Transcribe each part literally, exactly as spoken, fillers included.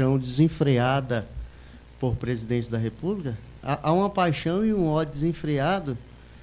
paixão desenfreada por presidente da República. Há, há uma paixão e um ódio desenfreado.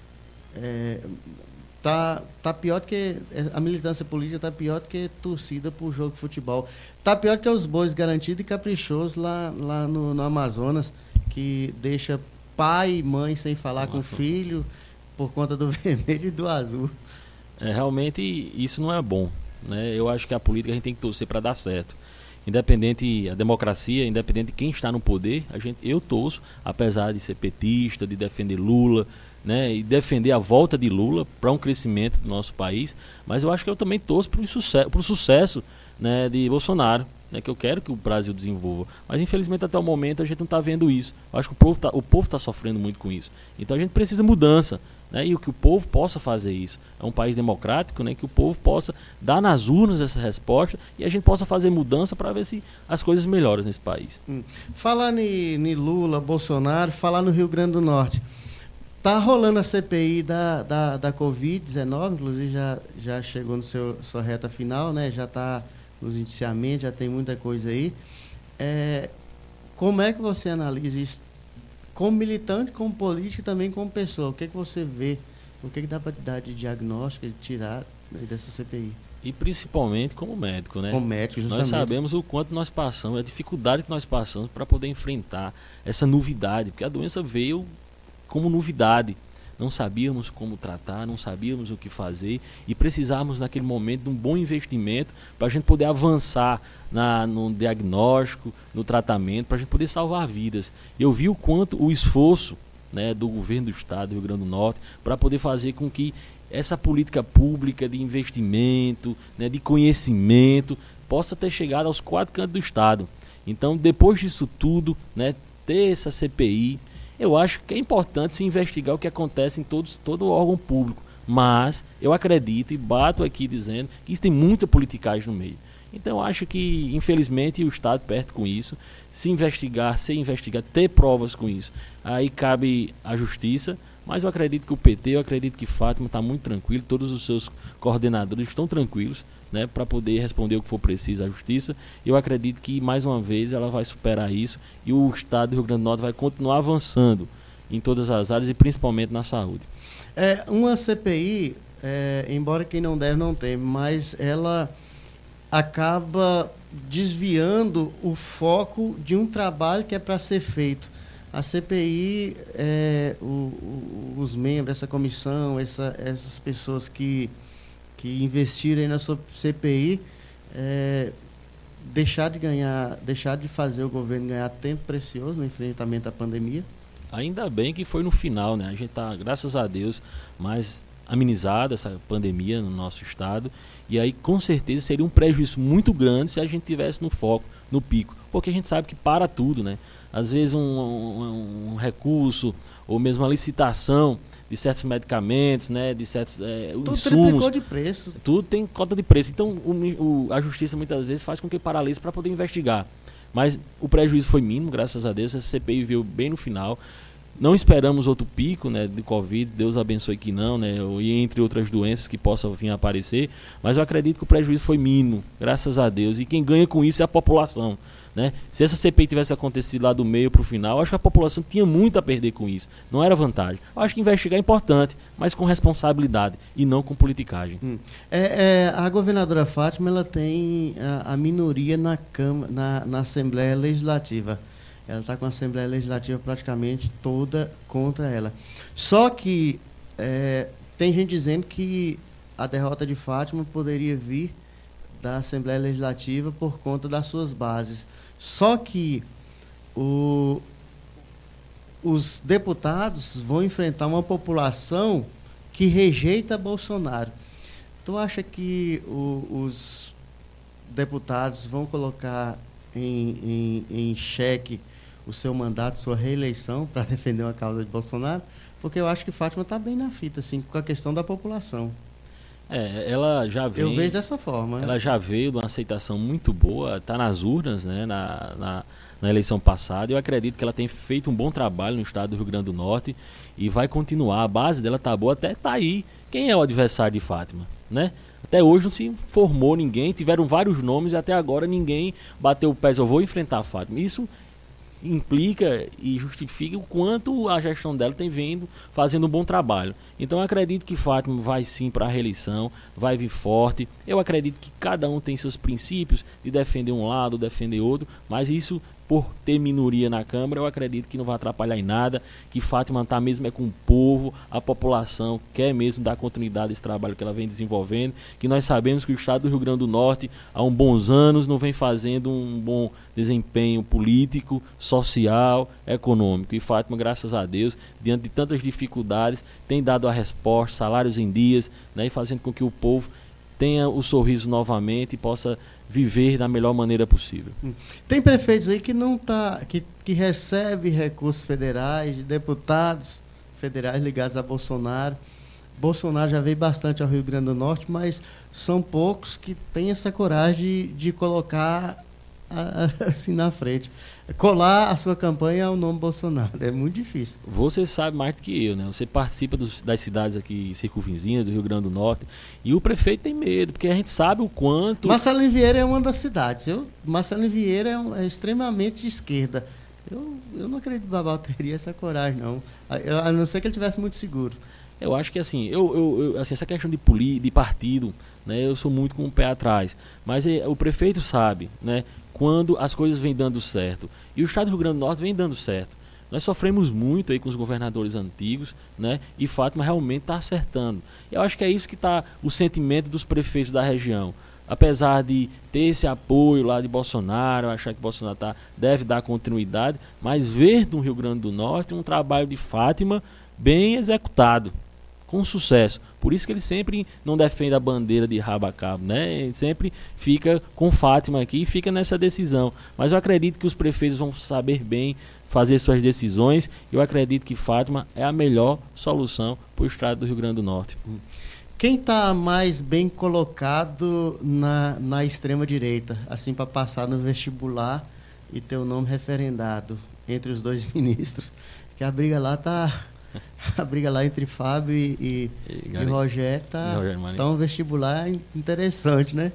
É, tá, tá pior do que a militância política, tá pior do que torcida por jogo de futebol. Tá pior do que os bois garantidos e caprichosos lá, lá no, no Amazonas, que deixa pai e mãe sem falar com o filho por conta do vermelho e do azul. É, realmente isso não é bom, né? Eu acho que a política a gente tem que torcer para dar certo. Independente, a democracia, independente de quem está no poder, a gente, eu torço, apesar de ser petista, de defender Lula, né, e defender a volta de Lula para um crescimento do nosso país, mas eu acho que eu também torço para o sucesso, pro sucesso, né, de Bolsonaro, né, que eu quero que o Brasil desenvolva. Mas infelizmente até o momento a gente não está vendo isso. Eu acho que o povo está o povo tá sofrendo muito com isso. Então a gente precisa de mudança, né, e que o povo possa fazer isso. É um país democrático, né, que o povo possa dar nas urnas essa resposta e a gente possa fazer mudança para ver se as coisas melhoram nesse país. Hum. Falar em Lula, Bolsonaro, falar no Rio Grande do Norte. Tá rolando a C P I da, da, da covid dezenove, inclusive já, já chegou no seu sua reta final, né? Já está nos indiciamentos, já tem muita coisa aí. É, como é que você analisa isso como militante, como político e também como pessoa? O que é que você vê? O que é que dá para dar de diagnóstico, de tirar dessa C P I? E principalmente como médico, né? Como médico, justamente. Nós sabemos o quanto nós passamos, a dificuldade que nós passamos para poder enfrentar essa novidade, porque a doença veio como novidade. Não sabíamos como tratar, não sabíamos o que fazer e precisávamos naquele momento de um bom investimento para a gente poder avançar na, no diagnóstico, no tratamento, para a gente poder salvar vidas. Eu vi o quanto o esforço, né, do governo do estado do Rio Grande do Norte para poder fazer com que essa política pública de investimento, né, de conhecimento, possa ter chegado aos quatro cantos do estado. Então, depois disso tudo, né, ter essa C P I, eu acho que é importante se investigar o que acontece em todos, todo órgão público, mas eu acredito e bato aqui dizendo que isso tem muita politicagem no meio. Então eu acho que, infelizmente, o Estado perde com isso. Se investigar, ser investigado, ter provas com isso, aí cabe à Justiça, mas eu acredito que o P T, eu acredito que Fátima está muito tranquilo, todos os seus coordenadores estão tranquilos, né, para poder responder o que for preciso à Justiça. Eu acredito que, mais uma vez, ela vai superar isso e o Estado do Rio Grande do Norte vai continuar avançando em todas as áreas e principalmente na saúde. É, uma C P I, é, embora quem não deve não teme, mas ela acaba desviando o foco de um trabalho que é para ser feito. A C P I, é, o, o, os membros dessa comissão, essa, essas pessoas que que investirem na sua C P I, é, deixar de ganhar, deixar de fazer o governo ganhar tempo precioso no enfrentamento à pandemia. Ainda bem que foi no final, né? A gente está, graças a Deus, mais amenizado essa pandemia no nosso estado, e aí com certeza seria um prejuízo muito grande se a gente tivesse no foco, no pico, porque a gente sabe que para tudo, né? Às vezes um, um, um recurso ou mesmo uma licitação de certos medicamentos, né, de certos é, tudo insumos, triplicou de preço. Tudo tem cota de preço. Então o, o, a Justiça muitas vezes faz com que paralise para poder investigar. Mas o prejuízo foi mínimo, graças a Deus. Essa C P I veio bem no final. Não esperamos outro pico, né, de Covid, Deus abençoe que não, né, e entre outras doenças que possam vir a aparecer, mas eu acredito que o prejuízo foi mínimo, graças a Deus, e quem ganha com isso é a população, né? Se essa C P I tivesse acontecido lá do meio para o final, eu acho que a população tinha muito a perder com isso, não era vantagem. Eu acho que investigar é importante, mas com responsabilidade e não com politicagem. Hum. É, é, a governadora Fátima, ela tem a, a minoria na, Câmara, na, na Assembleia Legislativa. Ela está com a Assembleia Legislativa praticamente toda contra ela. Só que é, tem gente dizendo que a derrota de Fátima poderia vir da Assembleia Legislativa por conta das suas bases. Só que o, os deputados vão enfrentar uma população que rejeita Bolsonaro. Tu acha que o, os deputados vão colocar em, em, em xeque o seu mandato, sua reeleição para defender uma causa de Bolsonaro? Porque eu acho que Fátima está bem na fita, assim, com a questão da população. É, ela já veio... Eu vejo dessa forma. Ela já veio de uma aceitação muito boa, está nas urnas, né, na, na, na eleição passada. Eu acredito que ela tem feito um bom trabalho no estado do Rio Grande do Norte e vai continuar. A base dela está boa, até está aí. Quem é o adversário de Fátima, né? Até hoje não se formou ninguém, tiveram vários nomes e até agora ninguém bateu o pé, eu vou enfrentar a Fátima. Isso implica e justifica o quanto a gestão dela tem vindo fazendo um bom trabalho. Então eu acredito que Fátima vai sim para a reeleição, vai vir forte. Eu acredito que cada um tem seus princípios de defender um lado, defender outro, mas isso, por ter minoria na Câmara, eu acredito que não vai atrapalhar em nada, que Fátima está mesmo é com o povo, a população quer mesmo dar continuidade a esse trabalho que ela vem desenvolvendo, que nós sabemos que o estado do Rio Grande do Norte há uns bons anos não vem fazendo um bom desempenho político, social, econômico, e Fátima, graças a Deus, diante de tantas dificuldades, tem dado a resposta, salários em dias, né, e fazendo com que o povo tenha o sorriso novamente e possa viver da melhor maneira possível. Tem prefeitos aí que não tá, que, que recebe recursos federais, de deputados federais ligados a Bolsonaro. Bolsonaro já veio bastante ao Rio Grande do Norte, mas são poucos que têm essa coragem de, de colocar a, assim na frente. Colar a sua campanha ao nome Bolsonaro. É muito difícil. Você sabe mais do que eu, né? Você participa dos, das cidades aqui circunvizinhas do Rio Grande do Norte e o prefeito tem medo, porque a gente sabe o quanto... Marcelino Vieira é uma das cidades. Eu, Marcelino Vieira é, um, é extremamente de esquerda. Eu, eu não acredito que o Babal teria essa coragem, não. A, a não ser que ele tivesse muito seguro. Eu acho que assim, eu, eu, eu, assim essa questão de, poli, de partido, né, eu sou muito com o pé atrás. Mas é, o prefeito sabe, né, quando as coisas vêm dando certo. E o estado do Rio Grande do Norte vem dando certo. Nós sofremos muito aí com os governadores antigos, né, e Fátima realmente está acertando. Eu acho que é isso que está o sentimento dos prefeitos da região. Apesar de ter esse apoio lá de Bolsonaro, achar que Bolsonaro tá, deve dar continuidade, mas ver no Rio Grande do Norte um trabalho de Fátima bem executado, com sucesso. Por isso que ele sempre não defende a bandeira de rabo a cabo, né? Ele sempre fica com Fátima aqui e fica nessa decisão. Mas eu acredito que os prefeitos vão saber bem fazer suas decisões. Eu acredito que Fátima é a melhor solução para o estado do Rio Grande do Norte. Quem está mais bem colocado na, na extrema-direita, assim, para passar no vestibular e ter o nome referendado entre os dois ministros? Que a briga lá tá... A briga lá entre Fábio e, e, e, e Rogério tá, tá um vestibular interessante, né?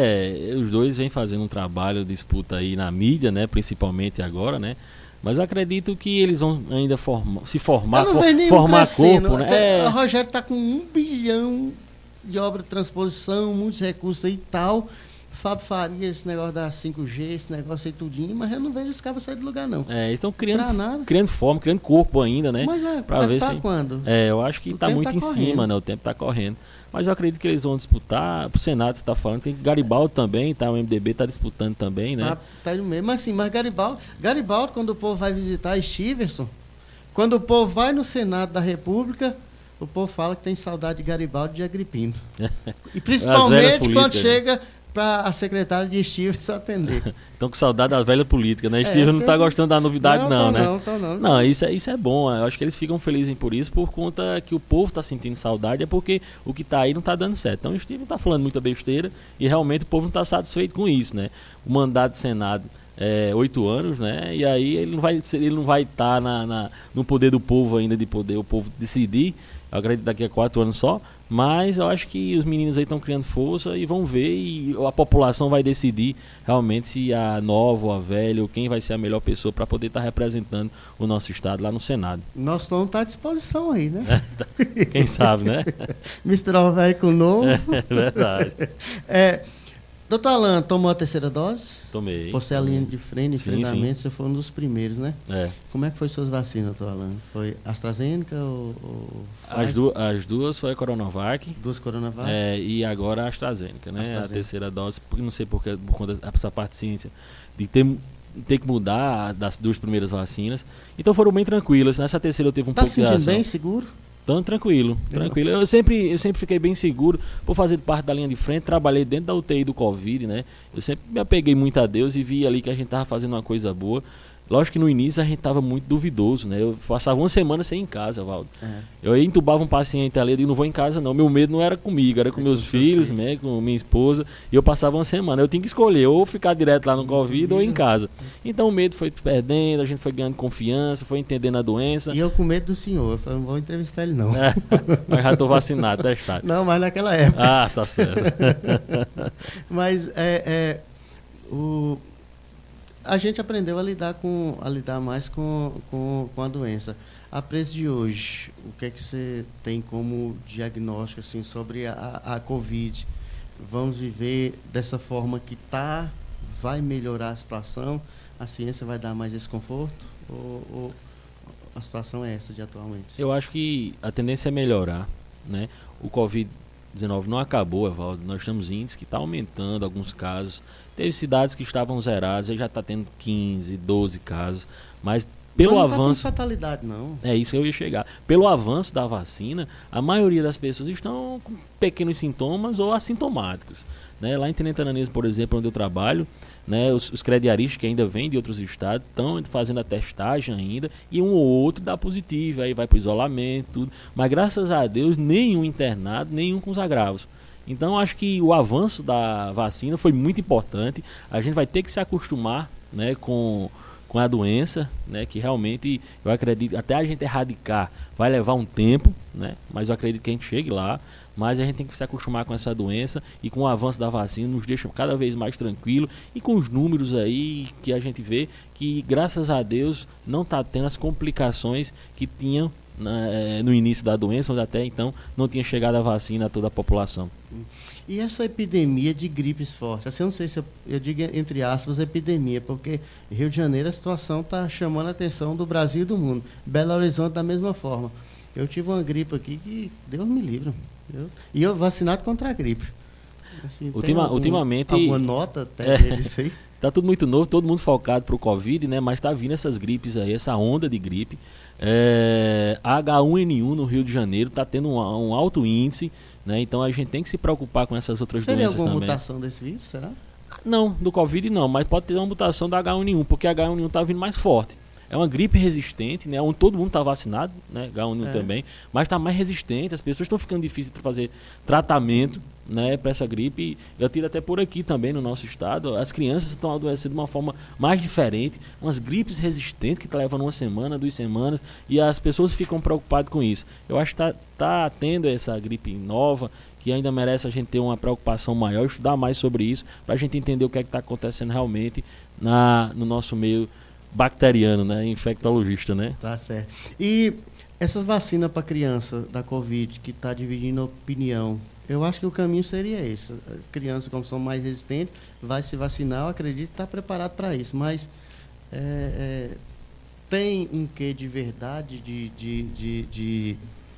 É, os dois vêm fazendo um trabalho, disputa aí na mídia, né? Principalmente agora, né? Mas eu acredito que eles vão ainda forma, se formar, for, formar corpo, né? É. O Rogério tá com um bilhão de obra de transposição, muitos recursos aí e tal. Fábio Faria, esse negócio da cinco G, esse negócio aí tudinho, mas eu não vejo os cabos sair do lugar, não. É, eles estão criando, criando forma, criando corpo ainda, né? Mas é, pra ver tá se... quando? É, eu acho que está muito tá em correndo. cima, né? O tempo está correndo. Mas eu acredito que eles vão disputar. Pro Senado você está falando, tem Garibaldi também, tá? O M D B está disputando também, né? Tá, tá indo mesmo. Mas assim, mas Garibaldi, Garibaldi, quando o povo vai visitar Stevenson, quando o povo vai no Senado da República, o povo fala que tem saudade de Garibaldi e de Agripino. E principalmente quando chega... Né? Para a secretária de Stevenson atender. Estão com saudade da velha política, né? É, Stevenson não está gostando da novidade, não, não né? Não, não, não. Não, isso é, isso é bom. Eu acho que eles ficam felizes por isso, por conta que o povo está sentindo saudade, é porque o que está aí não está dando certo. Então o Stevenson está falando muita besteira e realmente o povo não está satisfeito com isso, né? O mandato do Senado é oito anos, né? E aí ele não vai ele não vai estar tá na, na, no poder do povo ainda, de poder o povo decidir. Eu acredito daqui a quatro anos só, mas eu acho que os meninos aí estão criando força e vão ver, e a população vai decidir realmente se a nova ou a velha, ou quem vai ser a melhor pessoa para poder estar tá representando o nosso estado lá no Senado. Nosso tom está à disposição aí, né? Quem sabe, né? Misturar o velho com o novo. É verdade. É, doutor Alan, tomou a terceira dose? Tomei. Você é a linha de frente, enfrentamento, sim. Você foi um dos primeiros, né? É. Como é que foi suas vacinas, doutor Alan? Foi AstraZeneca ou... ou as, du as duas foi a Coronavac. Duas Coronavac? É, e agora a AstraZeneca, né? AstraZeneca. A terceira dose, porque não sei porque, por conta dessa parte de ciência, de ter, ter que mudar das duas primeiras vacinas. Então foram bem tranquilas. Nessa terceira eu tive um tá pouco de Tá se sentindo bem, seguro? Então, tranquilo, tranquilo. Eu sempre, eu sempre fiquei bem seguro por fazer parte da linha de frente, trabalhei dentro da U T I do Covid, né? Eu sempre me apeguei muito a Deus e vi ali que a gente estava fazendo uma coisa boa. Lógico que no início a gente estava muito duvidoso, né? Eu passava uma semana sem ir em casa, Valdo. É. Eu entubava um paciente ali, eu digo, não vou em casa não. Meu medo não era comigo, era com é meus com filhos, filho. né? Com minha esposa. E eu passava uma semana. Eu tinha que escolher, ou ficar direto lá no Covid ou em casa. Então o medo foi perdendo, a gente foi ganhando confiança, foi entendendo a doença. E eu com medo do senhor, eu falei, não vou entrevistar ele não. É, mas já estou vacinado, testado. Não, mas naquela época. Ah, tá certo. Mas é, é, o... a gente aprendeu a lidar, com, a lidar mais com, com, com a doença. A preço de hoje, o que é que você tem como diagnóstico assim, sobre a, a Covid? Vamos viver dessa forma que está? Vai melhorar a situação? A ciência vai dar mais desconforto? Ou, ou a situação é essa de atualmente? Eu acho que a tendência é melhorar, né? O Covid dezenove não acabou, Evaldo. Nós temos índices que estão tá aumentando, alguns casos. Teve cidades que estavam zeradas, já está tendo quinze, doze casos. Mas pelo não avanço... Não está fatalidade, não. É isso que eu ia chegar. Pelo avanço da vacina, a maioria das pessoas estão com pequenos sintomas ou assintomáticos. Né? Lá em Tenente Ananias, por exemplo, onde eu trabalho, né, os, os crediaristas que ainda vêm de outros estados estão fazendo a testagem ainda e um ou outro dá positivo, aí vai para o isolamento, tudo. Mas graças a Deus, nenhum internado, nenhum com os agravos. Então acho que o avanço da vacina foi muito importante. A gente vai ter que se acostumar, né, com, com a doença, né, que realmente eu acredito, até a gente erradicar vai levar um tempo, né, mas eu acredito que a gente chegue lá. Mas a gente tem que se acostumar com essa doença e com o avanço da vacina nos deixa cada vez mais tranquilo e com os números aí que a gente vê que, graças a Deus, não está tendo as complicações que tinham né, no início da doença, onde até então não tinha chegado a vacina a toda a população. E essa epidemia de gripes forte? Assim, eu não sei se eu, eu digo entre aspas epidemia, porque Rio de Janeiro a situação está chamando a atenção do Brasil e do mundo. Belo Horizonte da mesma forma. Eu tive uma gripe aqui que Deus me livre. Eu, e eu vacinado contra a gripe. Assim, Ultima, algum, ultimamente... Alguma nota técnica disso aí? Tá tudo muito novo, todo mundo focado pro Covid, né? Mas tá vindo essas gripes aí, essa onda de gripe. É, H um N um no Rio de Janeiro tá tendo um, um alto índice, né? Então a gente tem que se preocupar com essas outras Seria doenças também. Seria alguma mutação desse vírus, será? Não, do Covid não, mas pode ter uma mutação da H um N um, porque a H um N um tá vindo mais forte. É uma gripe resistente, né? Onde todo mundo está vacinado, né? H um N um é. também, mas está mais resistente, as pessoas estão ficando difíceis de fazer tratamento, né, para essa gripe. Eu tiro até por aqui também no nosso estado, as crianças estão adoecendo de uma forma mais diferente, umas gripes resistentes que levam uma semana, duas semanas, e as pessoas ficam preocupadas com isso. Eu acho que está tá tendo essa gripe nova, que ainda merece a gente ter uma preocupação maior, estudar mais sobre isso, para a gente entender o que é que está acontecendo realmente na, no nosso meio bacteriano, né? Infectologista, né? Tá certo. E essas vacinas para criança da Covid, que está dividindo opinião, eu acho que o caminho seria esse. A criança, como são mais resistentes, vai se vacinar, eu acredito que está preparado para isso. Mas é, é, tem um quê de verdade, de, de, de, de,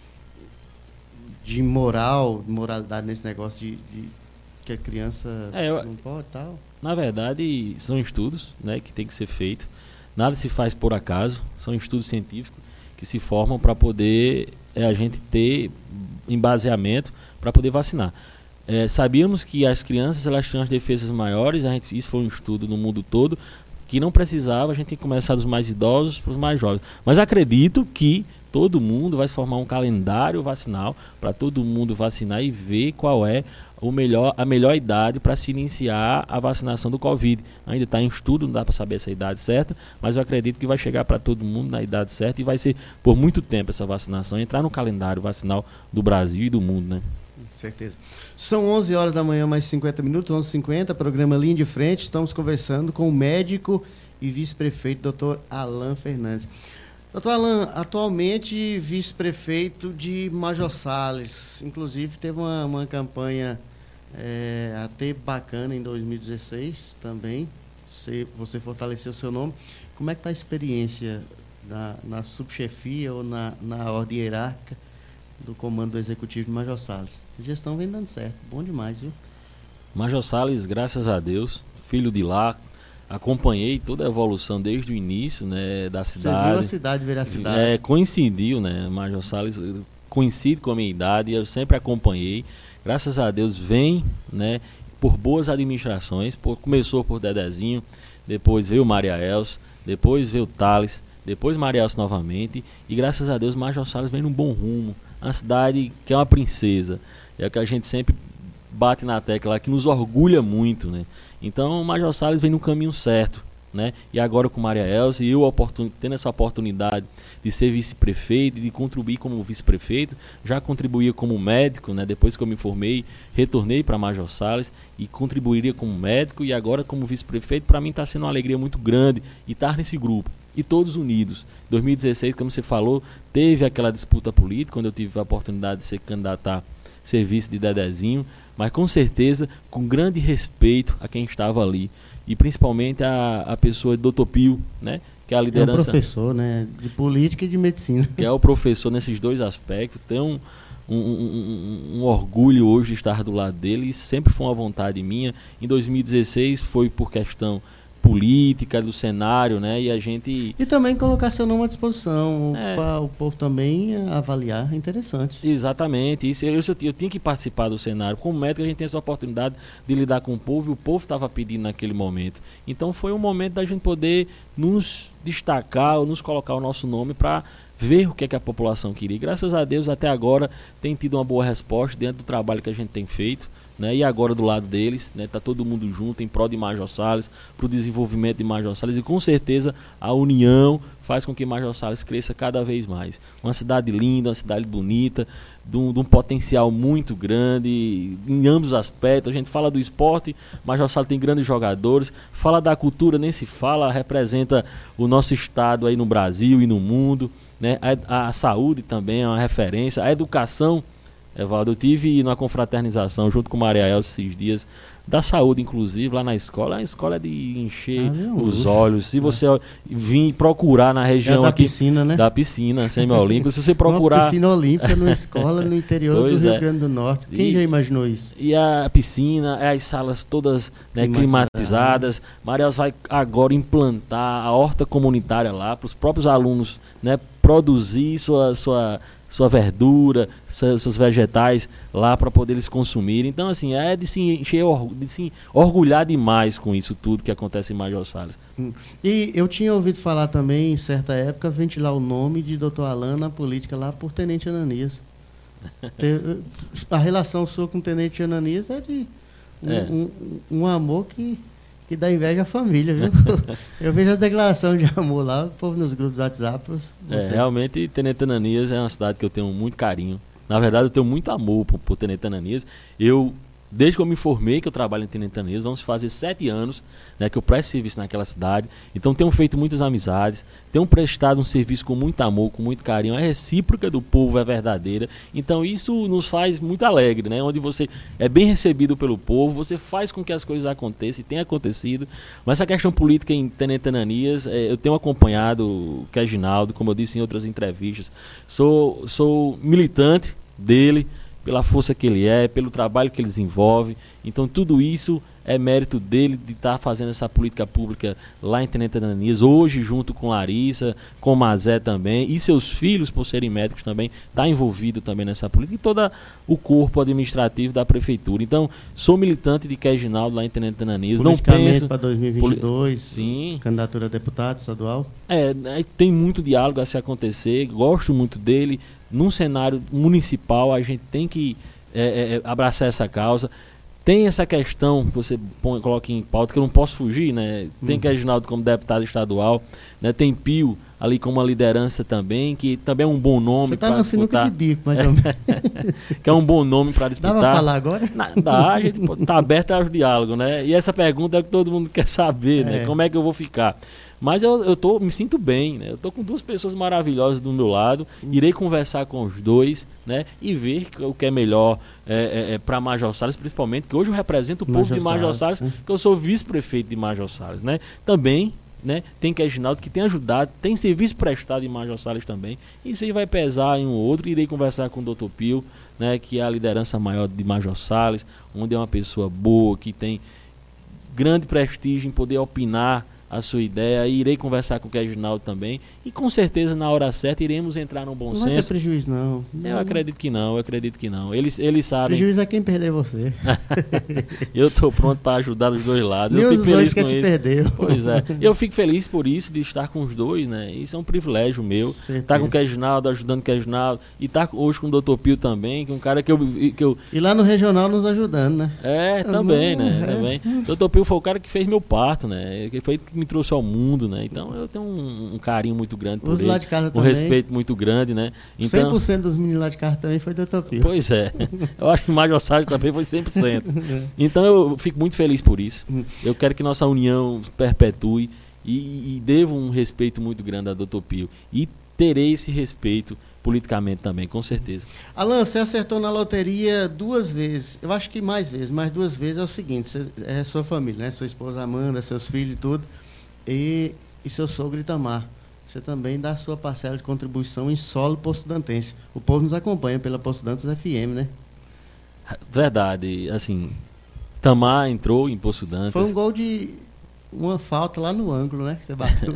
de moral, moralidade nesse negócio de, de que a criança é, eu, não pode e tal? Na verdade, são estudos, né, que tem que ser feito. Nada se faz por acaso, são estudos científicos que se formam para poder é, a gente ter embaseamento para poder vacinar. É, sabíamos que as crianças elas tinham as defesas maiores, a gente, isso foi um estudo no mundo todo, que não precisava, a gente tem que começar dos mais idosos para os mais jovens. Mas acredito que todo mundo vai se formar um calendário vacinal para todo mundo vacinar e ver qual é o melhor, a melhor idade para se iniciar a vacinação do Covid. Ainda está em estudo, não dá para saber essa idade certa, mas eu acredito que vai chegar para todo mundo na idade certa e vai ser por muito tempo essa vacinação, entrar no calendário vacinal do Brasil e do mundo, né? Certeza. São onze horas da manhã, mais cinquenta minutos, onze e cinquenta, programa Linha de Frente. Estamos conversando com o médico e vice-prefeito, doutor Alan Fernandes. Doutor Alan, atualmente vice-prefeito de Major Sales, inclusive teve uma, uma campanha é, até bacana em dois mil e dezesseis também, você, você fortaleceu seu nome. Como é que está a experiência na, na subchefia ou na, na ordem hierárquica do comando do executivo de Major Sales? A gestão vem dando certo, bom demais, viu? Major Sales, graças a Deus, filho de lá, acompanhei toda a evolução desde o início, né, da cidade. Você viu a cidade virar a cidade. É, coincidiu, né, Major Sales coincide com a minha idade, eu sempre acompanhei. Graças a Deus vem, né, por boas administrações, por, começou por Dedezinho, depois veio Maria Elsa, depois veio Thales, depois Maria Elsa novamente, e graças a Deus Major Salles vem num bom rumo, uma cidade que é uma princesa, é o que a gente sempre bate na tecla lá, que nos orgulha muito, né? Então o Major Salles vem no caminho certo, né? E agora com Maria Elsa, e eu oportun... tendo essa oportunidade de ser vice-prefeito, de contribuir como vice-prefeito, já contribuía como médico, né? Depois que eu me formei, retornei para Major Salles e contribuiria como médico, e agora como vice-prefeito, para mim está sendo uma alegria muito grande estar nesse grupo, e todos unidos. Em dois mil e dezesseis, como você falou, teve aquela disputa política, quando eu tive a oportunidade de ser candidato a ser vice de Dedezinho, mas com certeza com grande respeito a quem estava ali, e principalmente a, a pessoa de doutor Pio, né, que é a liderança... É um professor, né, de política e de medicina. Que é o professor nesses dois aspectos, tem um, um, um, um orgulho hoje de estar do lado dele, e sempre foi uma vontade minha. Em dois mil e dezesseis foi por questão política, do cenário, né, e a gente... E também colocar seu nome à disposição, É. para o povo também avaliar, é interessante. Exatamente, isso, eu, eu, eu tinha que participar do cenário. Como médico, a gente tem essa oportunidade de lidar com o povo, e o povo estava pedindo naquele momento. Então foi um momento da gente poder nos destacar, ou nos colocar o nosso nome para ver o que, é que a população queria. E, graças a Deus, até agora tem tido uma boa resposta dentro do trabalho que a gente tem feito, né? E agora do lado deles, né, tá todo mundo junto em prol de Major Salles, para o desenvolvimento de Major Salles, e com certeza a união faz com que Major Salles cresça cada vez mais. Uma cidade linda, uma cidade bonita, de um, de um potencial muito grande em ambos os aspectos. A gente fala do esporte, Major Salles tem grandes jogadores, fala da cultura, nem se fala, representa o nosso estado aí no Brasil e no mundo, né? A, a saúde também é uma referência, a educação. Evaldo, eu tive numa confraternização junto com Maria Elsa esses dias, da saúde inclusive, lá na escola. A escola é de encher ah, é um os luxo. olhos. Se você é. vir procurar na região é da aqui, piscina, né? da piscina semi-olímpica, se você procurar... Uma piscina olímpica numa escola no interior Pois do Rio é. Grande do Norte. Quem E- já imaginou isso? E a piscina, as salas todas, né, Climatizada. climatizadas. Maria Elsa vai agora implantar a horta comunitária lá, para os próprios alunos, né, produzir sua, sua, sua verdura, seus, seus vegetais lá para poder eles consumirem. Então, assim, é de se, encher, orgu- de se orgulhar demais com isso tudo que acontece em Major Salles. E eu tinha ouvido falar também, em certa época, ventilar o nome de doutor Alan na política lá por Tenente Ananias. Te- A relação sua com o Tenente Ananias é de um, É. um- um amor que, que dá inveja à família, viu? Eu vejo as declarações de amor lá, o povo nos grupos do WhatsApp. É, você- realmente, Tenente Ananias é uma cidade que eu tenho muito carinho. Na verdade, eu tenho muito amor por, por Tenente Ananias. Eu, desde que eu me formei, que eu trabalho em Tenente Ananias, vamos fazer sete anos, né, que eu presto serviço naquela cidade. Então, tenho feito muitas amizades, tenho prestado um serviço com muito amor, com muito carinho. A recíproca do povo é verdadeira. Então, isso nos faz muito alegre, né? Onde você é bem recebido pelo povo, você faz com que as coisas aconteçam, e tem acontecido. Mas essa questão política em Tenente Ananias, é, eu tenho acompanhado o Reginaldo, como eu disse em outras entrevistas. Sou, sou militante dele, pela força que ele é, pelo trabalho que ele desenvolve. Então tudo isso é mérito dele, de estar fazendo essa política pública lá em Tenente Ananias, hoje junto com Larissa, com Mazé também, e seus filhos, por serem médicos também, está envolvido também nessa política, e todo o corpo administrativo da prefeitura. Então, sou militante de Reginaldo lá em Tenente Ananias, não penso... para dois mil e vinte e dois, Sim. candidatura a deputado estadual. É, aí tem muito diálogo a se acontecer, gosto muito dele. Num cenário municipal, a gente tem que é, é, abraçar essa causa. Tem essa questão que você põe, coloca em pauta, que eu não posso fugir, né? Tem Hum. Reginaldo como deputado estadual, né? Tem Pio ali como uma liderança também, que também é um bom nome Você está para na sinuca disputar, de bico, mais ou menos. que é um bom nome para disputar. Dá para falar agora? Na- Dá, a gente está aberto aos diálogos, né? E essa pergunta é o que todo mundo quer saber, né? É. Como é que eu vou ficar? Mas eu, eu tô, me sinto bem, né? Eu tô com duas pessoas maravilhosas do meu lado, irei conversar com os dois, né? E ver que- o que é melhor é, é, é para Major Salles, principalmente, que hoje eu represento o povo Major de Major Salles, Salles, né? que eu sou vice-prefeito de Major Salles, né? Também, né? Tem Reginaldo que tem ajudado, tem serviço prestado em Major Salles também. Isso aí vai pesar em um ou outro. Irei conversar com o doutor Pio, né? Que é a liderança maior de Major Salles, onde é uma pessoa boa, que tem grande prestígio em poder opinar a sua ideia, irei conversar com o Reginaldo também, e com certeza na hora certa iremos entrar num bom não senso. Não vai ter prejuízo, não. não. Eu acredito que não, eu acredito que não. Eles, eles sabem. Prejuízo é quem perder você. Eu estou pronto para ajudar os dois lados. Nem eu fico os feliz dois com que isso. te perdeu. Pois é. Eu fico feliz por isso, de estar com os dois, né? Isso é um privilégio meu. Certeza. Estar com o Reginaldo, ajudando o Reginaldo, e estar hoje com o doutor Pio também, que é um cara que eu, que eu... E lá no regional nos ajudando, né? É, também, né? É. Também. O doutor Pio foi o cara que fez meu parto, né? Que foi que me trouxe ao mundo, né? Então eu tenho um, um carinho muito grande por Os ele. lá de casa um também. respeito muito grande, né? Então, cem por cento dos meninos lá de casa também foi doutor Pio. Pois é. Eu acho que o Major Sérgio também foi cem por cento. Então eu fico muito feliz por isso. Eu quero que nossa união perpetue e, e devo um respeito muito grande a doutor Pio. E terei esse respeito politicamente também, com certeza. Alan, você acertou na loteria duas vezes, eu acho que mais vezes, mas duas vezes é o seguinte, você, é sua família, né? Sua esposa Amanda, seus filhos e tudo, e, e seu sogro Itamar. Você também dá a sua parcela de contribuição em solo poço-dantense. O povo nos acompanha pela Poço Dantas F M, né? Verdade, assim, Tamar entrou em Poço Dantas. Foi um gol de uma falta lá no ângulo, né? Que você bateu.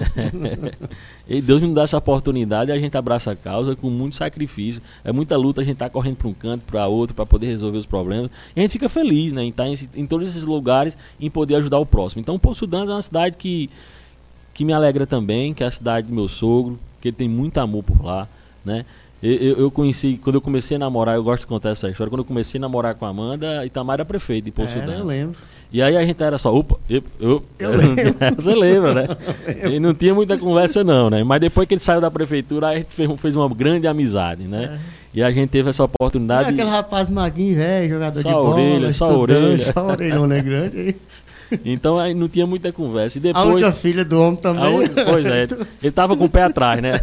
E Deus me dá essa oportunidade e a gente abraça a causa com muito sacrifício. É muita luta, a gente tá correndo para um canto, para outro, para poder resolver os problemas. E a gente fica feliz, né? Em estar em, em todos esses lugares, em poder ajudar o próximo. Então, Poço Dantas é uma cidade que, que me alegra também, que é a cidade do meu sogro, que ele tem muito amor por lá, né? Eu, eu conheci, quando eu comecei a namorar, eu gosto de contar essa história, quando eu comecei a namorar com a Amanda, Itamar era prefeito de Poço Dantas. Eu lembro. E aí a gente era só, opa, eu, eu, eu lembro. Você lembra, né? E não tinha muita conversa não, né? Mas depois que ele saiu da prefeitura, a gente fez, fez uma grande amizade, né? É. E a gente teve essa oportunidade. É aquele rapaz maguinho, velho, jogador só de bola, orelha, só a orelha, só a orelhona é grande. Então aí não tinha muita conversa. E depois, a única filha do homem também. Un... Pois é, ele tava com o pé atrás, né?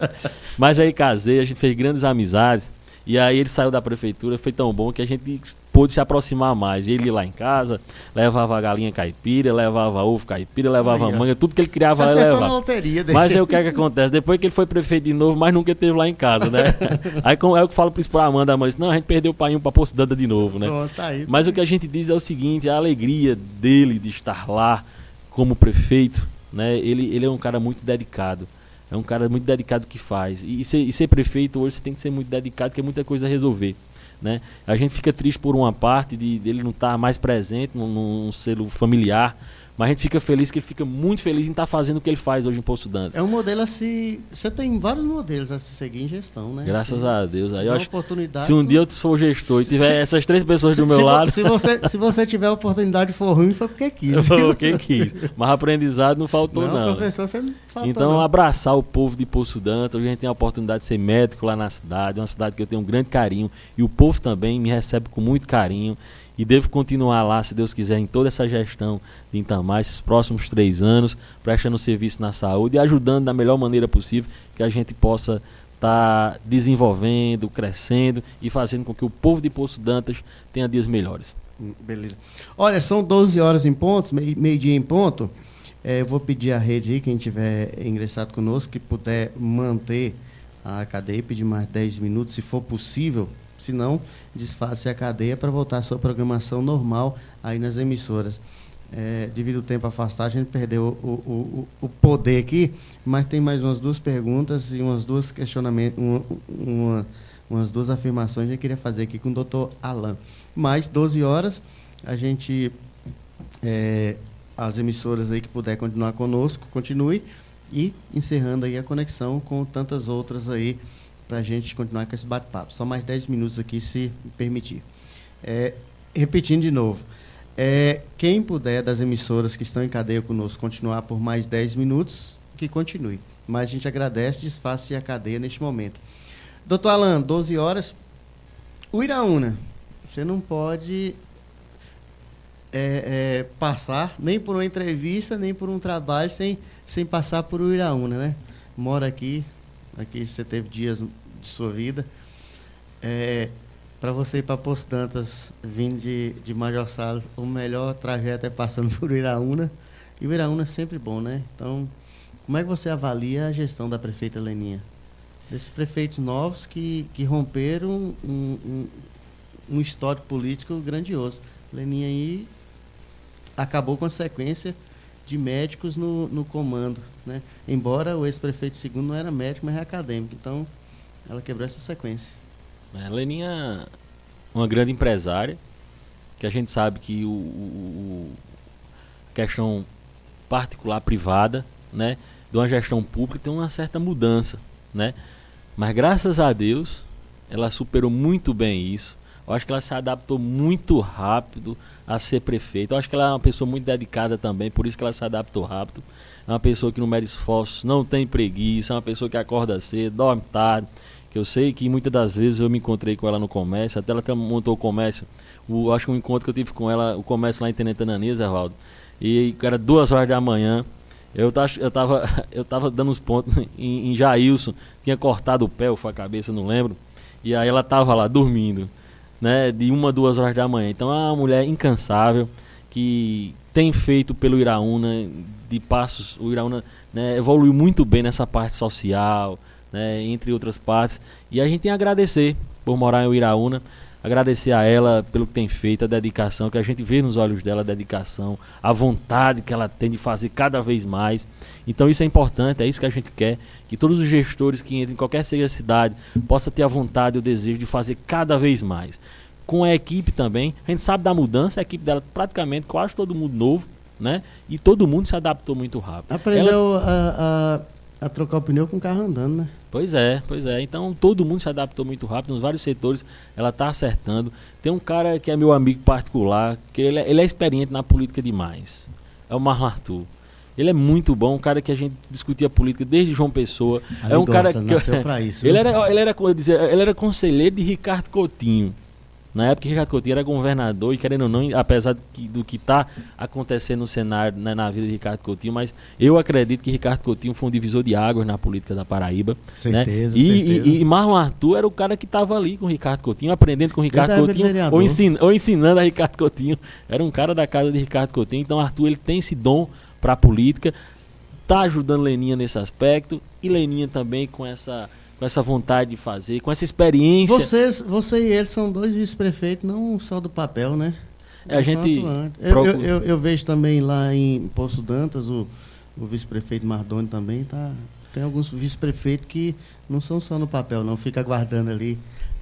Mas aí casei, a gente fez grandes amizades. E aí ele saiu da prefeitura, foi tão bom que a gente pôde se aproximar mais. Ele ia lá em casa, levava a galinha caipira, levava ovo caipira, levava manga, tudo que ele criava lá, ele levava. Na loteria dele. Mas aí o que é que acontece? Depois que ele foi prefeito de novo, mas nunca esteve lá em casa, né? Aí é o que falo para a Amanda, a mãe disse, não, a gente perdeu o pai para Poço Dantas de novo, né? Pronto, tá aí. Mas o que a gente diz é o seguinte, a alegria dele de estar lá como prefeito, né? Ele, ele é um cara muito dedicado. É um cara muito dedicado que faz. E ser, e ser prefeito hoje você tem que ser muito dedicado, porque é muita coisa a resolver, né? A gente fica triste por uma parte de dele não estar mais presente num, num selo familiar, mas a gente fica feliz que ele fica muito feliz em estar fazendo o que ele faz hoje em Poço Dantas. É um modelo assim, você tem vários modelos a se seguir em gestão, né? Graças assim, a Deus. Aí eu acho, oportunidade, se um tu... dia eu for gestor e tiver se, essas três pessoas se, do meu se lado... Se você, se você tiver a oportunidade e for ruim, foi porque quis. Foi porque quis. Mas aprendizado não faltou não. não professor, você não faltou, então não. Abraçar o povo de Poço Dantas. Hoje a gente tem a oportunidade de ser médico lá na cidade. É uma cidade que eu tenho um grande carinho. E o povo também me recebe com muito carinho. E devo continuar lá, se Deus quiser, em toda essa gestão de Itamar, esses próximos três anos, prestando serviço na saúde e ajudando da melhor maneira possível que a gente possa estar tá desenvolvendo, crescendo e fazendo com que o povo de Poço Dantas tenha dias melhores. Beleza. Olha, são doze horas em pontos, meio-dia em ponto. É, eu vou pedir à rede aí, quem tiver ingressado conosco, que puder manter a cadeia, pedir mais dez minutos, se for possível. Se não, desfaça a cadeia para voltar à sua programação normal aí nas emissoras. É, devido ao tempo afastado, a gente perdeu o, o, o poder aqui, mas tem mais umas duas perguntas e umas duas questionamentos, uma, uma, umas duas afirmações que eu queria fazer aqui com o doutor Alan. Mais doze horas, a gente, é, as emissoras aí que puder continuar conosco, continue, e encerrando aí a conexão com tantas outras aí, para a gente continuar com esse bate-papo. Só mais dez minutos aqui, se permitir. É, repetindo de novo, é, quem puder das emissoras que estão em cadeia conosco continuar por mais dez minutos, que continue. Mas a gente agradece, desfaça a cadeia neste momento. Doutor Alan, doze horas. O Iraúna, você não pode é, é, passar nem por uma entrevista, nem por um trabalho, sem, sem passar por o Iraúna, né? Mora aqui. Aqui você teve dias de sua vida. É, para você ir para Poço Dantas, vindo de, de Major Salles, o melhor trajeto é passando por Iraúna. E o Iraúna é sempre bom, né? Então, como é que você avalia a gestão da prefeita Leninha? Desses prefeitos novos que, que romperam um, um, um histórico político grandioso. Leninha aí acabou com a sequência de médicos no, no comando, né? Embora o ex-prefeito segundo não era médico, mas é acadêmico. Então, ela quebrou essa sequência. A Leninha, uma grande empresária, que a gente sabe que o, o, a questão particular, privada, né, de uma gestão pública tem uma certa mudança, né? Mas graças a Deus, ela superou muito bem isso. Eu acho que ela se adaptou muito rápido a ser prefeita. Eu acho que ela é uma pessoa muito dedicada também, por isso que ela se adaptou rápido. É uma pessoa que não mede esforços, não tem preguiça, é uma pessoa que acorda cedo, dorme tarde. Que eu sei que muitas das vezes eu me encontrei com ela no comércio, até ela até montou o comércio. O, acho que um encontro que eu tive com ela, o comércio lá em Tenente Ananias, Evaldo. E era duas horas da manhã. Eu, eu, tava, eu tava dando uns pontos em, em Jailson, tinha cortado o pé ou foi a cabeça, não lembro. E aí ela tava lá dormindo, né, de uma, duas horas da manhã. Então é uma mulher incansável, que tem feito pelo Iraúna, de passos, o Iraúna, né, evoluiu muito bem nessa parte social, né, entre outras partes. E a gente tem a agradecer por morar em Iraúna, agradecer a ela pelo que tem feito, a dedicação, que a gente vê nos olhos dela, a dedicação, a vontade que ela tem de fazer cada vez mais. Então isso é importante, é isso que a gente quer, que todos os gestores que entrem em qualquer seja a cidade possam ter a vontade e o desejo de fazer cada vez mais. Com a equipe também, a gente sabe da mudança, a equipe dela praticamente quase todo mundo novo, né? E todo mundo se adaptou muito rápido. Aprendeu ela... a, a, a trocar o pneu com o carro andando, né? Pois é, pois é. Então todo mundo se adaptou muito rápido, nos vários setores ela está acertando. Tem um cara que é meu amigo particular, que ele é, ele é experiente na política demais. É o Marlon Arthur. Ele é muito bom, um cara que a gente discutia política desde João Pessoa. Aí é um gosta, cara que nasceu pra isso, ele era, ele era, como eu dizia, ele era conselheiro de Ricardo Coutinho. Na época que Ricardo Coutinho era governador, e querendo ou não, apesar do que, do que está acontecendo no cenário, né, na vida de Ricardo Coutinho, mas eu acredito que Ricardo Coutinho foi um divisor de águas na política da Paraíba. Certeza, né? e, certeza. E, e Marlon Arthur era o cara que estava ali com Ricardo Coutinho, aprendendo com Ricardo Ele Coutinho, ou, ensin, ou ensinando a Ricardo Coutinho. Era um cara da casa de Ricardo Coutinho. Então Arthur, ele tem esse dom para a política, está ajudando Leninha nesse aspecto, e Leninha também com essa... com essa vontade de fazer, com essa experiência. Vocês, você e ele são dois vice-prefeitos, não só do papel, né? É, a gente eu, eu, eu, eu vejo também lá em Poço Dantas, o, o vice-prefeito Mardoni também, tá, tem alguns vice-prefeitos que não são só no papel, não, fica aguardando ali,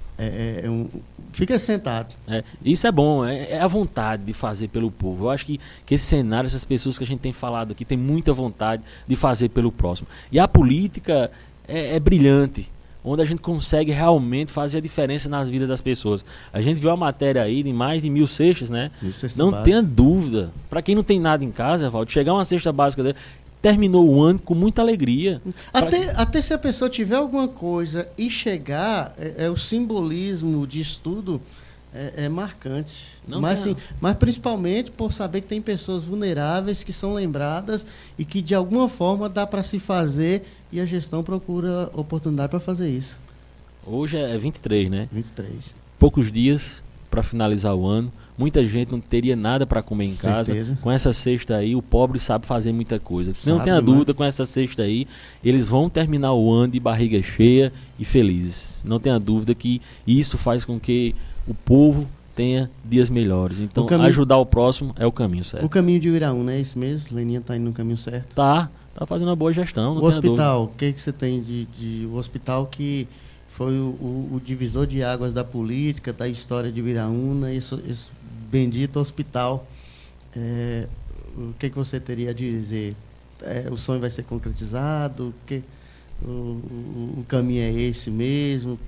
é, é um, fica sentado. É, isso é bom, é, é a vontade de fazer pelo povo. Eu acho que, que esse cenário, essas pessoas que a gente tem falado aqui, tem muita vontade de fazer pelo próximo. E a política... É, é brilhante, onde a gente consegue realmente fazer a diferença nas vidas das pessoas. A gente viu a matéria aí de mais de mil cestas, né? Mil cestas não básicas. Tenha dúvida. Para quem não tem nada em casa, Valdo, chegar uma cesta básica dele, terminou o ano com muita alegria. Até, pra... até se a pessoa tiver alguma coisa e chegar, é, é o simbolismo de estudo é, é marcante. Não mas, sim, mas principalmente por saber que tem pessoas vulneráveis que são lembradas e que de alguma forma dá para se fazer, e a gestão procura oportunidade para fazer isso. Hoje é vinte e três, né? vinte e três. Poucos dias para finalizar o ano. Muita gente não teria nada para comer em casa. Certeza. Com essa cesta aí, o pobre sabe fazer muita coisa. Sabe, não tenha dúvida, com essa cesta aí, eles vão terminar o ano de barriga cheia e felizes. Não tenha dúvida que isso faz com que o povo tenha dias melhores. Então, o caminho, ajudar o próximo é o caminho certo. O caminho de Iraúna, é isso mesmo? Leninha está indo no caminho certo? Tá, tá fazendo uma boa gestão. Não o hospital, o que, que você tem de, de... O hospital que foi o, o, o divisor de águas da política, da história de Iraúna, esse, esse bendito hospital. É, o que, que você teria a dizer? É, o sonho vai ser concretizado? Que, o, o, o caminho é esse mesmo?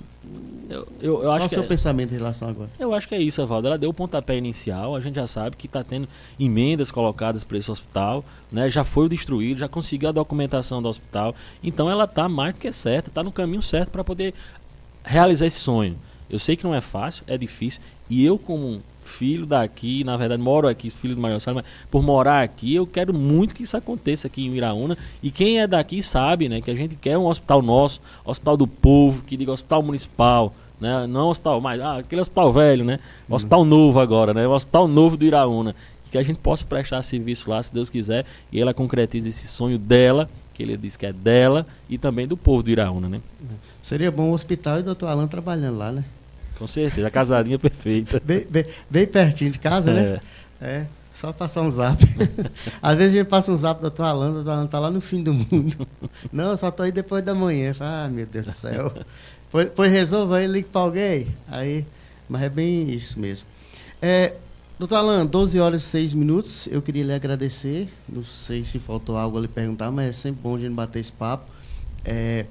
Eu, eu, eu acho Qual é o seu que pensamento em relação agora? Eu acho que é isso, Evaldo. Ela deu o pontapé inicial, a gente já sabe que está tendo emendas colocadas para esse hospital, né? Já foi destruído, já conseguiu a documentação do hospital, então ela está mais do que certa, está no caminho certo para poder realizar esse sonho. Eu sei que não é fácil, é difícil, e eu como filho daqui, na verdade moro aqui, filho do Major Salles, mas por morar aqui eu quero muito que isso aconteça aqui em Iraúna, e quem é daqui sabe, né, que a gente quer um hospital nosso, hospital do povo, que diga hospital municipal, né, não hospital mais, ah, aquele hospital velho, né, uhum. Hospital novo agora, né, o hospital novo do Iraúna, e que a gente possa prestar serviço lá, se Deus quiser, e ela concretize esse sonho dela, que ele disse que é dela, e também do povo do Iraúna, né. Seria bom o hospital e o doutor Alan trabalhando lá, né? Com certeza, a casadinha perfeita. Bem, bem, bem pertinho de casa, né? É. É. Só passar um zap. Às vezes a gente passa um zap do doutor Alan, o doutor Alan tá lá no fim do mundo. Não, eu só tô aí depois da manhã. Ah, meu Deus do céu. Pois, pois resolva aí, ligue para alguém. Aí, mas é bem isso mesmo. É, doutor Alan, doze horas e seis minutos. Eu queria lhe agradecer. Não sei se faltou algo a lhe perguntar, mas é sempre bom a gente bater esse papo. É,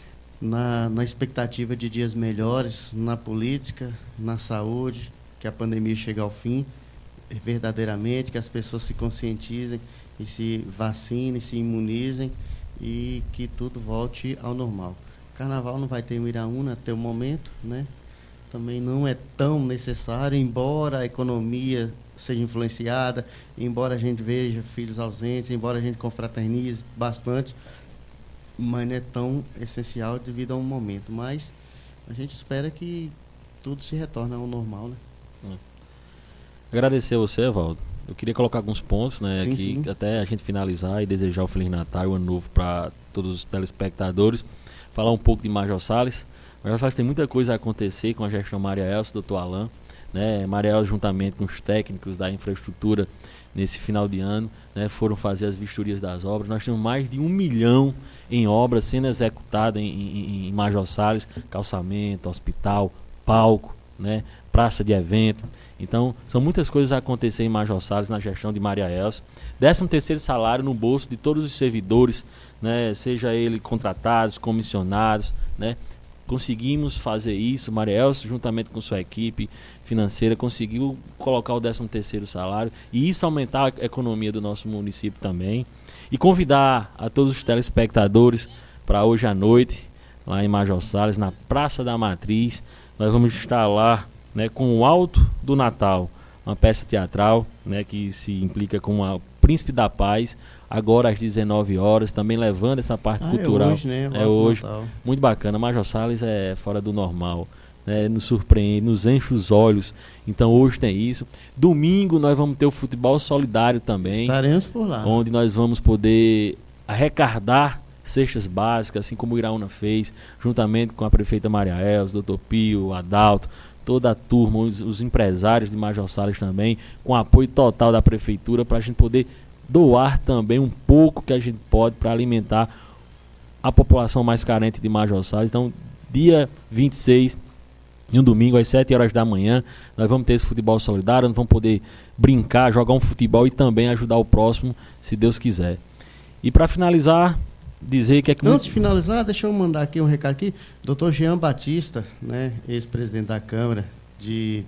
na, na expectativa de dias melhores, na política, na saúde, que a pandemia chegue ao fim, verdadeiramente, que as pessoas se conscientizem e se vacinem, se imunizem e que tudo volte ao normal. Carnaval não vai ter em Iraúna até o momento, né? Também não é tão necessário, embora a economia seja influenciada, embora a gente veja filhos ausentes, embora a gente confraternize bastante, mas não é tão essencial devido a um momento. Mas a gente espera que tudo se retorne ao normal, né? Hum. Agradecer a você, Evaldo. Eu queria colocar alguns pontos, né, sim, aqui, sim. até a gente finalizar e desejar o Feliz Natal e o Ano Novo para todos os telespectadores. Falar um pouco de Major Salles. Major Salles tem muita coisa a acontecer com a gestão Maria Elsa, doutor Alan. Né? Maria Elsa, juntamente com os técnicos da infraestrutura, nesse final de ano, né, foram fazer as vistorias das obras. Nós temos mais de um milhão em obras sendo executadas em, em, em Major Salles, calçamento, hospital, palco, né, praça de evento. Então, são muitas coisas a acontecer em Major Salles na gestão de Maria Elsa. décimo terceiro salário no bolso de todos os servidores, né, seja ele contratados, comissionados, né. Conseguimos fazer isso. Maria Elsa, juntamente com sua equipe financeira, conseguiu colocar o décimo terceiro salário e isso aumentar a economia do nosso município também. E convidar a todos os telespectadores para hoje à noite, lá em Major Salles, na Praça da Matriz. Nós vamos estar lá, né, com o Alto do Natal, uma peça teatral, né, que se implica com o Príncipe da Paz, agora às dezenove horas, também levando essa parte ah, cultural. É hoje, né? É hoje. Natal. Muito bacana. Major Salles é fora do normal, né, nos surpreende, nos enche os olhos. Então hoje tem isso. Domingo nós vamos ter o futebol solidário também. Estaremos por lá. Onde nós vamos poder arrecadar cestas básicas, assim como o Iraúna fez, juntamente com a prefeita Maria Elza, doutor Pio, Adalto, toda a turma, os, os empresários de Major Salles também, com apoio total da prefeitura, para a gente poder doar também um pouco que a gente pode para alimentar a população mais carente de Major Salles. Então, dia vinte e seis, em um domingo, às sete horas da manhã, nós vamos ter esse futebol solidário, nós vamos poder brincar, jogar um futebol e também ajudar o próximo, se Deus quiser. E para finalizar, dizer que é que... Antes de finalizar, deixa eu mandar aqui um recado aqui. doutor Jean Batista, né, ex-presidente da Câmara de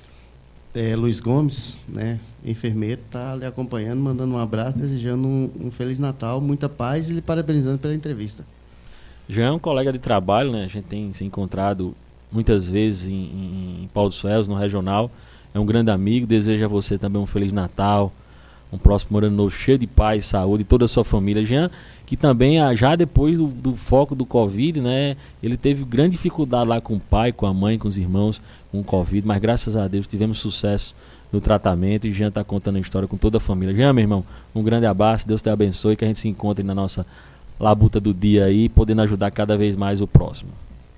é, Luiz Gomes, né, enfermeiro, está lhe acompanhando, mandando um abraço, desejando um, um Feliz Natal, muita paz e lhe parabenizando pela entrevista. Jean é um colega de trabalho, né? A gente tem se encontrado muitas vezes em, em, em Pau dos Ferros, no regional. É um grande amigo, desejo a você também um Feliz Natal, um próximo ano novo cheio de paz, saúde, e toda a sua família. Jean, que também, já depois do, do foco do Covid, né, ele teve grande dificuldade lá com o pai, com a mãe, com os irmãos, com o Covid, mas graças a Deus tivemos sucesso no tratamento e Jean está contando a história com toda a família. Jean, meu irmão, um grande abraço, Deus te abençoe, que a gente se encontre na nossa labuta do dia aí, podendo ajudar cada vez mais o próximo.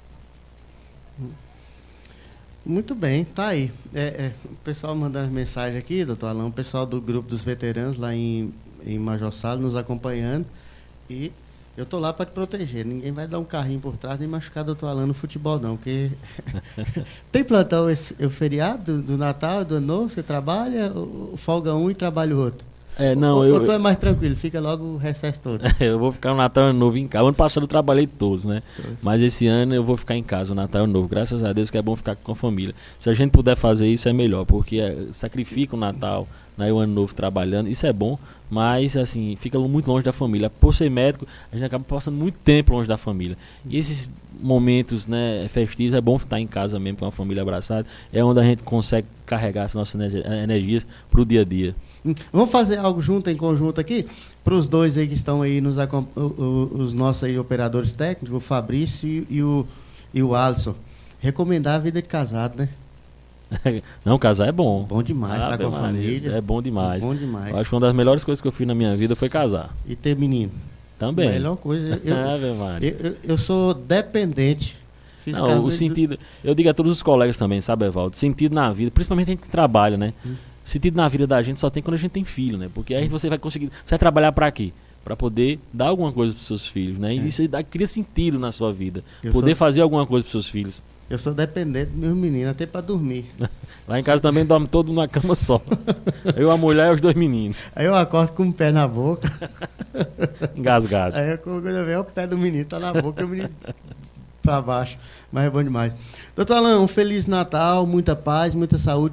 Muito bem, tá aí. É, é, o pessoal mandando mensagem aqui, doutor Alan, o pessoal do grupo dos veteranos lá em, em Major Salles nos acompanhando. E eu tô lá para te proteger. Ninguém vai dar um carrinho por trás nem machucar o doutor Alan no futebol, não. Porque tem plantão esse, o feriado do, do Natal, do Ano Novo, você trabalha, ou folga um e trabalha o outro? É, não, ou, eu, ou tu é mais tranquilo, fica logo o recesso todo. Eu vou ficar o Natal e Ano Novo em casa. O ano passado eu trabalhei todos, né? Todos. Mas esse ano eu vou ficar em casa, o Natal e Ano Novo. Graças a Deus que é bom ficar com a família. Se a gente puder fazer isso é melhor, porque é, sacrifica o Natal, né, e o Ano Novo trabalhando. Isso é bom, mas assim, fica muito longe da família. Por ser médico, a gente acaba passando muito tempo longe da família. E esses momentos, né, festivos, é bom estar em casa mesmo com a família abraçada. É onde a gente consegue carregar as nossas energias para o dia a dia. Vamos fazer algo junto, em conjunto aqui, para os dois aí que estão aí, nos, os nossos aí operadores técnicos, o Fabrício e o, e o Alisson. Recomendar a vida de casado, né? Não, casar é bom. Bom demais, ah, tá com a família. É bom demais. Bom demais. Eu acho que uma das melhores coisas que eu fiz na minha vida foi casar. E ter menino. Também. A melhor coisa. Eu, Ave eu, eu, eu sou dependente. Não, o sentido, eu digo a todos os colegas também, sabe, Evaldo? Sentido na vida, principalmente a gente que trabalha, né? Hum. sentido na vida da gente só tem quando a gente tem filho, né? Porque aí você vai conseguir... Você vai trabalhar para quê? Para poder dar alguma coisa para seus filhos, né? E é. isso dá, cria sentido na sua vida. Eu poder sou... fazer alguma coisa para seus filhos. Eu sou dependente dos meus meninos, até para dormir. Lá em casa também dorme todo numa cama só. Eu, a mulher e os dois meninos. Aí eu acordo com o pé na boca. Engasgado. Aí quando eu vejo o pé do menino, tá na boca e o menino para baixo. Mas é bom demais. Doutor Alain, um Feliz Natal, muita paz, muita saúde.